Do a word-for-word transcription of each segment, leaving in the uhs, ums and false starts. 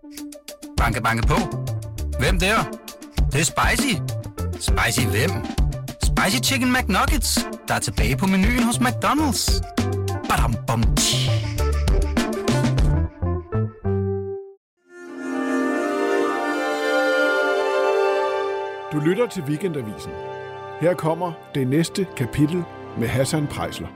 Banke, banke på. Hvem der? Det, det er spicy. Spicy hvem? Spicy Chicken McNuggets, der er tilbage på menuen hos McDonald's. Badum, bom, tji. Du lytter til Weekendavisen. Her kommer det næste kapitel med Hassan Preisler.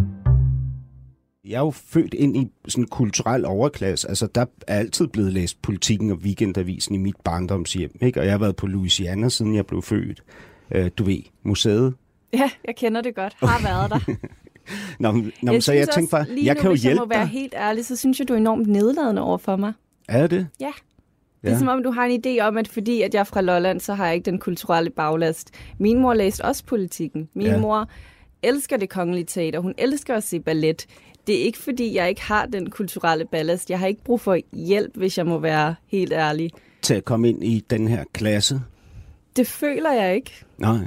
Jeg er jo født ind i sådan en kulturel overklasse. Altså, der er altid blevet læst Politikken og Weekendavisen i mit barndomshjem, ikke? Og jeg har været på Louisiana, siden jeg blev født. Øh, du ved, museet. Ja, jeg kender det godt. Har været der. nå, nå, jeg så jeg tænkte bare, jeg nu, kan jo hvis hjælpe jeg må være dig. helt ærlig, så synes jeg, du er enormt nedladende over for mig. Er det? Ja. Det er ja. Som om, du har en idé om, at fordi at jeg er fra Lolland, så har jeg ikke den kulturelle baglast. Min mor læste også Politikken. Min ja. mor elsker Det Kongelige Teater. Hun elsker at se ballet. Det er ikke, fordi jeg ikke har den kulturelle ballast. Jeg har ikke brug for hjælp, hvis jeg må være helt ærlig. Til at komme ind i den her klasse? Det føler jeg ikke. Nej.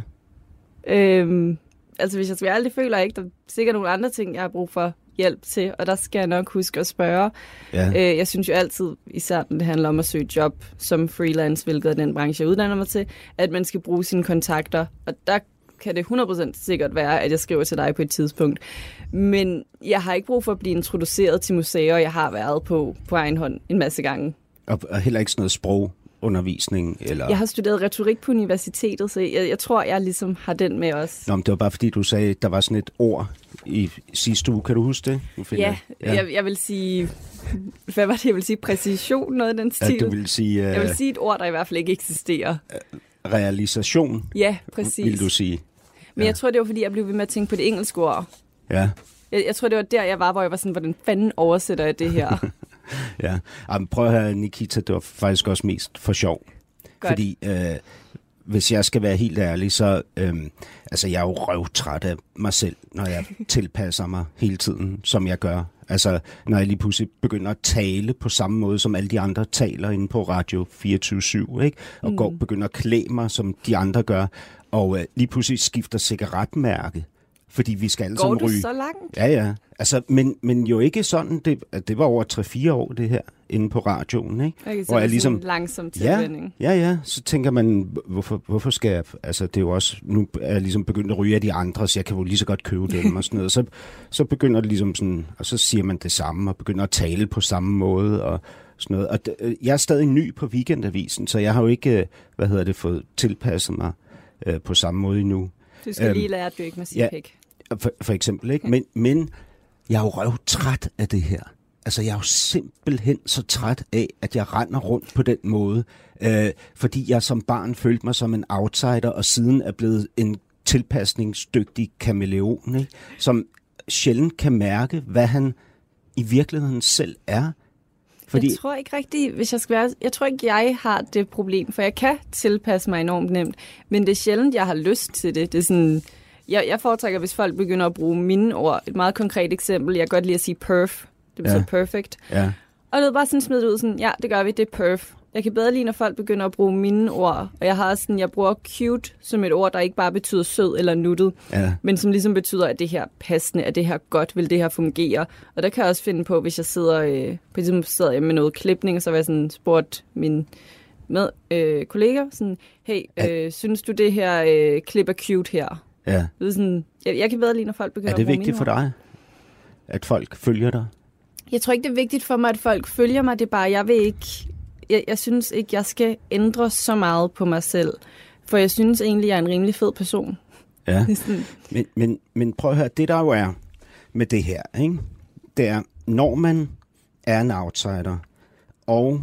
Øhm, altså, hvis jeg skal være ærlig, det føler jeg ikke. Der er sikkert nogle andre ting, jeg har brug for hjælp til, og der skal jeg nok huske at spørge. Ja. Øh, jeg synes jo altid, især når det handler om at søge job som freelance, hvilket er den branche, jeg uddanner mig til, at man skal bruge sine kontakter, og der kan det hundrede procent sikkert være, at jeg skriver til dig på et tidspunkt. Men jeg har ikke brug for at blive introduceret til museer, jeg har været på på egen hånd en masse gange. Og, og heller ikke sådan noget sprogundervisning? Eller... Jeg har studeret retorik på universitetet, så jeg, jeg tror, jeg ligesom har den med os. Nå, men det var bare fordi, du sagde, der var sådan et ord i sidste uge. Kan du huske det? Du ja, ja. Jeg, jeg vil sige... Hvad var det, jeg vil sige? Præcision, noget af den stil? Ja, du vil sige... Uh... Jeg vil sige et ord, der i hvert fald ikke eksisterer. Realisation? Ja, præcis. Vil du sige? Men ja. Jeg tror, det var, fordi jeg blev ved med at tænke på det engelske ord. Ja. Jeg, jeg tror, det var der, jeg var, hvor jeg var sådan, hvordan fanden oversætter jeg det her? ja. Jamen, prøv at høre, Nikita, det var faktisk også mest for sjov. Godt. Fordi øh, hvis jeg skal være helt ærlig, så øh, altså, jeg er jo røvtræt af mig selv, når jeg tilpasser mig hele tiden, som jeg gør. Altså, når jeg lige pludselig begynder at tale på samme måde, som alle de andre taler inde på Radio fireogtyve syv, ikke? Og mm. går, begynder at klæde mig, som de andre gør. Og øh, lige pludselig skifter cigaretmærke, fordi vi skal alle går sammen ryge. Går du så langt? Ja, ja. Altså, men, men jo ikke sådan, det, det var over tre fire år det her, inde på radioen, ikke? Okay, så jeg ligesom en langsom tilvænning. Ja, ja, ja. Så tænker man, hvorfor, hvorfor skal jeg, altså det er jo også, nu er jeg ligesom begyndt at ryge af de andre, så jeg kan jo lige så godt købe dem og sådan noget. Så, så begynder det ligesom sådan, og så siger man det samme, og begynder at tale på samme måde, og sådan noget. Og d- jeg er stadig ny på Weekendavisen, så jeg har jo ikke, hvad hedder det, fået tilpasset mig øh, på samme måde endnu. Du skal øhm, lige lære, at du ikke må sige ja, pik. For, for eksempel, ikke? Men, men jeg er jo røvtræt af det her. Altså, jeg er jo simpelthen så træt af, at jeg render rundt på den måde, øh, fordi jeg som barn følte mig som en outsider, og siden er blevet en tilpasningsdygtig kameleon, ikke? Som sjældent kan mærke, hvad han i virkeligheden selv er. Fordi... Jeg tror ikke rigtigt, hvis jeg skal være... Jeg tror ikke, jeg har det problem, for jeg kan tilpasse mig enormt nemt, men det er sjældent, jeg har lyst til det. Det er sådan... Jeg, jeg foretrækker, hvis folk begynder at bruge mine ord. Et meget konkret eksempel. Jeg kan godt lide at sige perf. Det betyder ja. perfect. Ja. Og det er bare sådan smidt ud sådan, ja, det gør vi, det er perf. Jeg kan bedre lide, når folk begynder at bruge mine ord. Og jeg har sådan, jeg bruger cute som et ord, der ikke bare betyder sød eller nuttet, ja. men som ligesom betyder, at det her passende, at det her godt, vil det her fungere. Og der kan jeg også finde på, hvis jeg sidder, øh, på eksempel sidder jeg med noget klipning, og så vil jeg sådan spurgt min med, øh, kollega, sådan, hey, øh, synes du det her øh, klip er cute her? Ja. Det er sådan, jeg, jeg kan bedre lide, når folk begynder at bruge mine ord. Er det vigtigt for ord. dig, at folk følger dig? Jeg tror ikke, det er vigtigt for mig, at folk følger mig. Det er bare, jeg vil ikke... Jeg, jeg synes ikke, jeg skal ændre så meget på mig selv. For jeg synes egentlig, jeg er en rimelig fed person. Ja, men, men, men prøv at høre, det der jo er med det her, ikke? Det er, når man er en outsider, og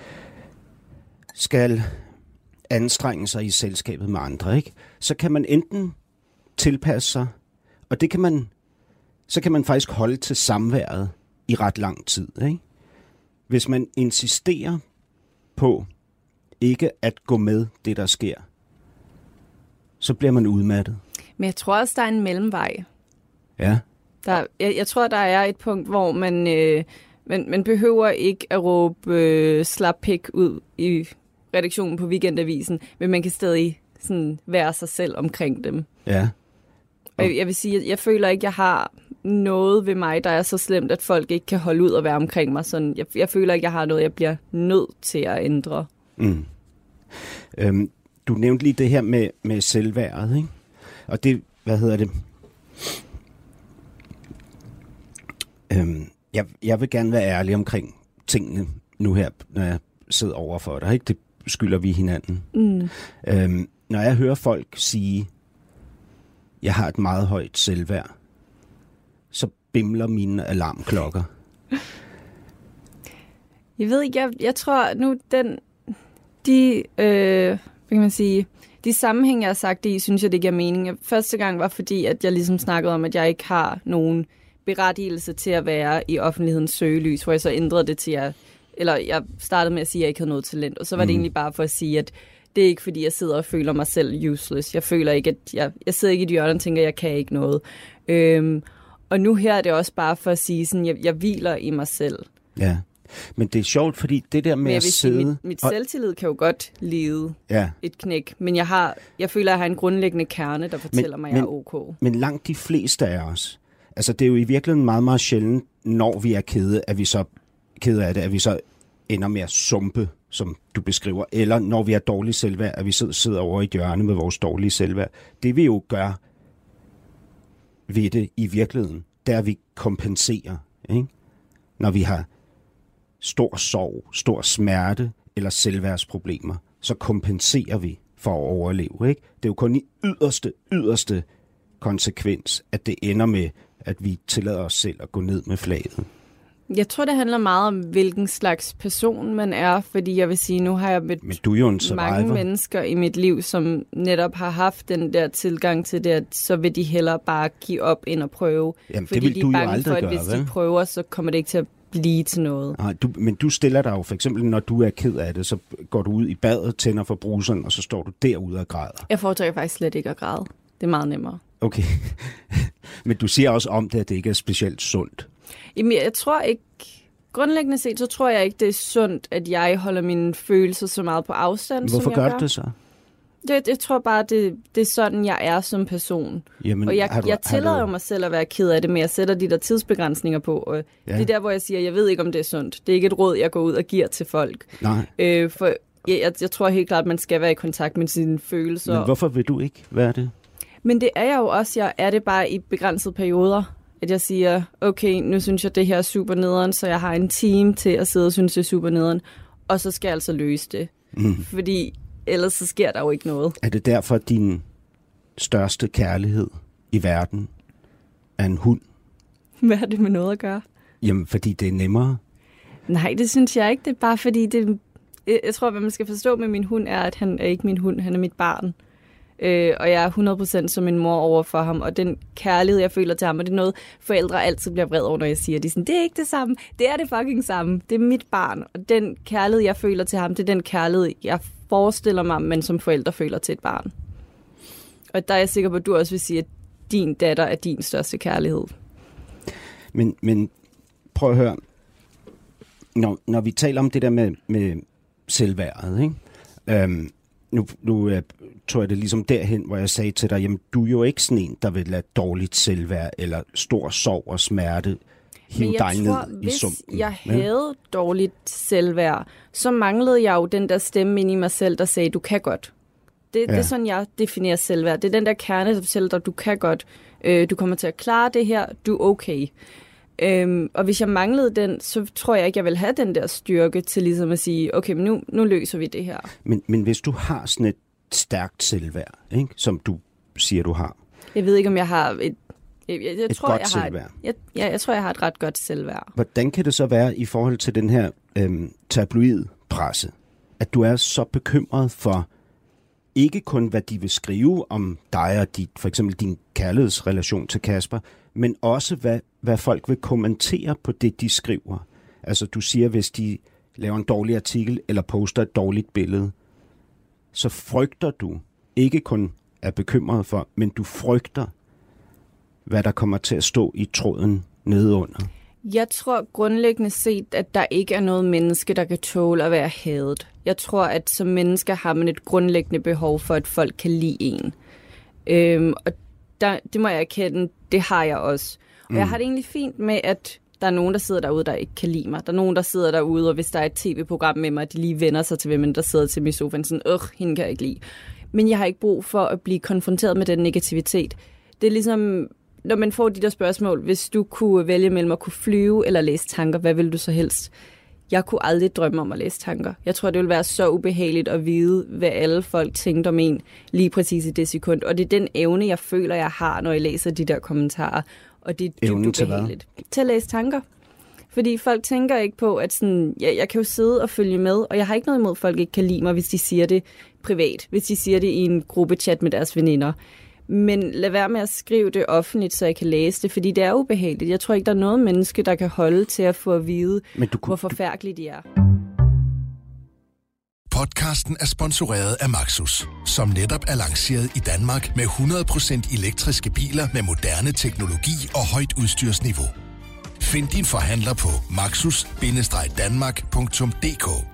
skal anstrenge sig i selskabet med andre, ikke? Så kan man enten tilpasse sig, og det kan man, så kan man faktisk holde til samværet i ret lang tid, ikke? Hvis man insisterer på ikke at gå med det, der sker, så bliver man udmattet. Men jeg tror også, der er en mellemvej. Ja. Der, jeg, jeg tror, der er et punkt, hvor man, øh, man, man behøver ikke at råbe øh, slap pik ud i redaktionen på Weekendavisen, men man kan stadig sådan være sig selv omkring dem. Ja. Og jeg, jeg vil sige, at jeg føler ikke, jeg har noget ved mig, der er så slemt, at folk ikke kan holde ud og være omkring mig. Sådan, jeg, jeg føler ikke, jeg har noget, jeg bliver nødt til at ændre. Mm. Øhm, du nævnte lige det her med, med selvværdet, ikke? Og det, hvad hedder det? Øhm, jeg, jeg vil gerne være ærlig omkring tingene nu her, når jeg sidder over for dig, ikke? Det skylder vi hinanden. Mm. Øhm, når jeg hører folk sige, jeg har et meget højt selvværd, så bimler mine alarmklokker. Jeg ved ikke, jeg, jeg tror nu, den, de, øh, hvad kan man sige, de sammenhæng, jeg har sagt det i, synes jeg, det giver mening. Første gang var fordi, at jeg ligesom snakkede om, at jeg ikke har nogen berettigelse til at være i offentlighedens søgelys, hvor jeg så ændrede det til, at, eller jeg startede med at sige, at jeg ikke havde noget talent, og så var mm. det egentlig bare for at sige, at det er ikke fordi, jeg sidder og føler mig selv useless. Jeg føler ikke, at jeg, jeg sidder ikke i et hjørne og tænker, at jeg kan ikke noget. Øhm, og nu her er det også bare for at sige, sådan, jeg, jeg hviler i mig selv. Ja, men det er sjovt, fordi det der med men jeg at vil sidde... Sige, mit, mit og... selvtillid kan jo godt lide ja. et knæk, men jeg, har, jeg føler, at jeg har en grundlæggende kerne, der fortæller men, mig, at jeg er ok. Men langt de fleste af os, altså det er jo i virkeligheden meget, meget sjældent, når vi er kede, at vi så kede af det, at vi så ender med at sumpe, som du beskriver, eller når vi er dårlige selvværd, at vi sidder, sidder over i et hjørne med vores dårlige selvværd. Det vi jo gør ved det i virkeligheden, det er, at vi kompenserer, ikke? Når vi har stor sorg, stor smerte eller selvværdsproblemer, så kompenserer vi for at overleve, ikke? Det er jo kun i yderste, yderste konsekvens, at det ender med, at vi tillader os selv at gå ned med flaget. Jeg tror, det handler meget om, hvilken slags person man er, fordi jeg vil sige, nu har jeg mødt Men du er jo en mange mennesker i mit liv, som netop har haft den der tilgang til det, at så vil de hellere bare give op ind og prøve. Jamen, fordi det vil de du er jo bange aldrig for, at gøre, hvis vel? de prøver, så kommer det ikke til at blive til noget. Nej, du, men du stiller dig jo for eksempel, når du er ked af det, så går du ud i badet, tænder for bruseren, og så står du derude og græder. Jeg foretrækker faktisk slet ikke at græde. Det er meget nemmere. Okay. Men du siger også om det, at det ikke er specielt sundt. Jamen, jeg tror ikke... Grundlæggende set, så tror jeg ikke, det er sundt, at jeg holder mine følelser så meget på afstand, Hvorfor som jeg gør. gør. det så? Det, jeg tror bare, det, det er sådan, jeg er som person. Jamen, og jeg, du, jeg tillader du... mig selv at være ked af det, men jeg sætter de der tidsbegrænsninger på. Og ja. Det er der, hvor jeg siger, jeg ved ikke, om det er sundt. Det er ikke et råd, jeg går ud og giver til folk. Nej. Øh, for jeg, jeg, jeg tror helt klart, at man skal være i kontakt med sine følelser. Men hvorfor vil du ikke være det? Men det er jeg jo også. Jeg er det bare i begrænsede perioder. At jeg siger, okay, nu synes jeg, det her er super nederen, så jeg har en team til at sidde og synes, det er super nederen. Og så skal jeg altså løse det. Mm. Fordi ellers så sker der jo ikke noget. Er det derfor, din største kærlighed i verden er en hund? Hvad har det med noget at gøre? Jamen, fordi det er nemmere. Nej, det synes jeg ikke. Det er bare fordi, det... jeg tror, hvad man skal forstå med min hund, er, at han er ikke min hund, han er mit barn. Øh, og jeg er hundrede procent som en mor over for ham, og den kærlighed, jeg føler til ham, og det er noget, forældre altid bliver vred over, når jeg siger, de er sådan, det er ikke det samme, det er det fucking samme, det er mit barn, og den kærlighed, jeg føler til ham, det er den kærlighed, jeg forestiller mig, man som forældre føler til et barn. Og der er jeg sikker på, at du også vil sige, at din datter er din største kærlighed. Men, men prøv at høre, når, når vi taler om det der med, med selvværdet, ikke? Øhm, Nu, nu uh, tror jeg det ligesom derhen, hvor jeg sagde til dig, jamen du er jo ikke sådan en, der vil lade dårligt selvværd eller stor sorg og smerte hive dig tror, ned i sumpen. Hvis jeg havde ja? dårligt selvværd, så manglede jeg jo den der stemme ind i mig selv, der sagde, du kan godt. Det, ja. det er sådan, jeg definerer selvværd. Det er den der kerne, der fortæller dig, du kan godt. Øh, du kommer til at klare det her, du er okay. Øhm, og hvis jeg manglede den, så tror jeg ikke, jeg vil have den der styrke til ligesom at sige, okay, men nu, nu løser vi det her. Men, men hvis du har sådan et stærkt selvværd, ikke, som du siger, du har. Jeg ved ikke, om jeg har et... Jeg, jeg, jeg et tror, godt jeg har selvværd. Et, jeg, ja, jeg tror, jeg har et ret godt selvværd. Hvordan kan det så være i forhold til den her øhm, tabloidpresse, at du er så bekymret for ikke kun, hvad de vil skrive om dig og dit, for eksempel din kærlighedsrelation til Kasper, men også, hvad, hvad folk vil kommentere på det, de skriver. Altså, du siger, hvis de laver en dårlig artikel eller poster et dårligt billede, så frygter du, ikke kun er bekymret for, men du frygter, hvad der kommer til at stå i tråden nedenunder. Jeg tror grundlæggende set, at der ikke er noget menneske, der kan tåle at være hadet. Jeg tror, at som mennesker har man et grundlæggende behov for, at folk kan lide en. Øhm, og der, det må jeg erkende, det har jeg også. Og jeg har det egentlig fint med, at der er nogen, der sidder derude, der ikke kan lide mig. Der er nogen, der sidder derude, og hvis der er et tv-program med mig, de lige vender sig til, hvem der sidder til mig i sofaen, sådan, øh, hende kan jeg ikke lide. Men jeg har ikke brug for at blive konfronteret med den negativitet. Det er ligesom, når man får de der spørgsmål, hvis du kunne vælge mellem at kunne flyve eller læse tanker, hvad vil du så helst? Jeg kunne aldrig drømme om at læse tanker. Jeg tror, det ville være så ubehageligt at vide, hvad alle folk tænkte om en lige præcis i det sekund. Og det er den evne, jeg føler, jeg har, når jeg læser de der kommentarer. Og det er dybt ubehageligt. Til, til at læse tanker. Fordi folk tænker ikke på, at sådan, ja, jeg kan jo sidde og følge med, og jeg har ikke noget imod, at folk ikke kan lide mig, hvis de siger det privat. Hvis de siger det i en gruppechat med deres veninder. Men lad være med at skrive det offentligt, så jeg kan læse det, fordi det er ubehageligt. Jeg tror ikke, der er noget menneske, der kan holde til at få at vide, Men du kunne, hvor forfærdelige de er. Podcasten er sponsoreret af Maxus, som netop er lanceret i Danmark med hundrede procent elektriske biler med moderne teknologi og højt udstyrsniveau. Find din forhandler på maxus bindestreg danmark punktum d k.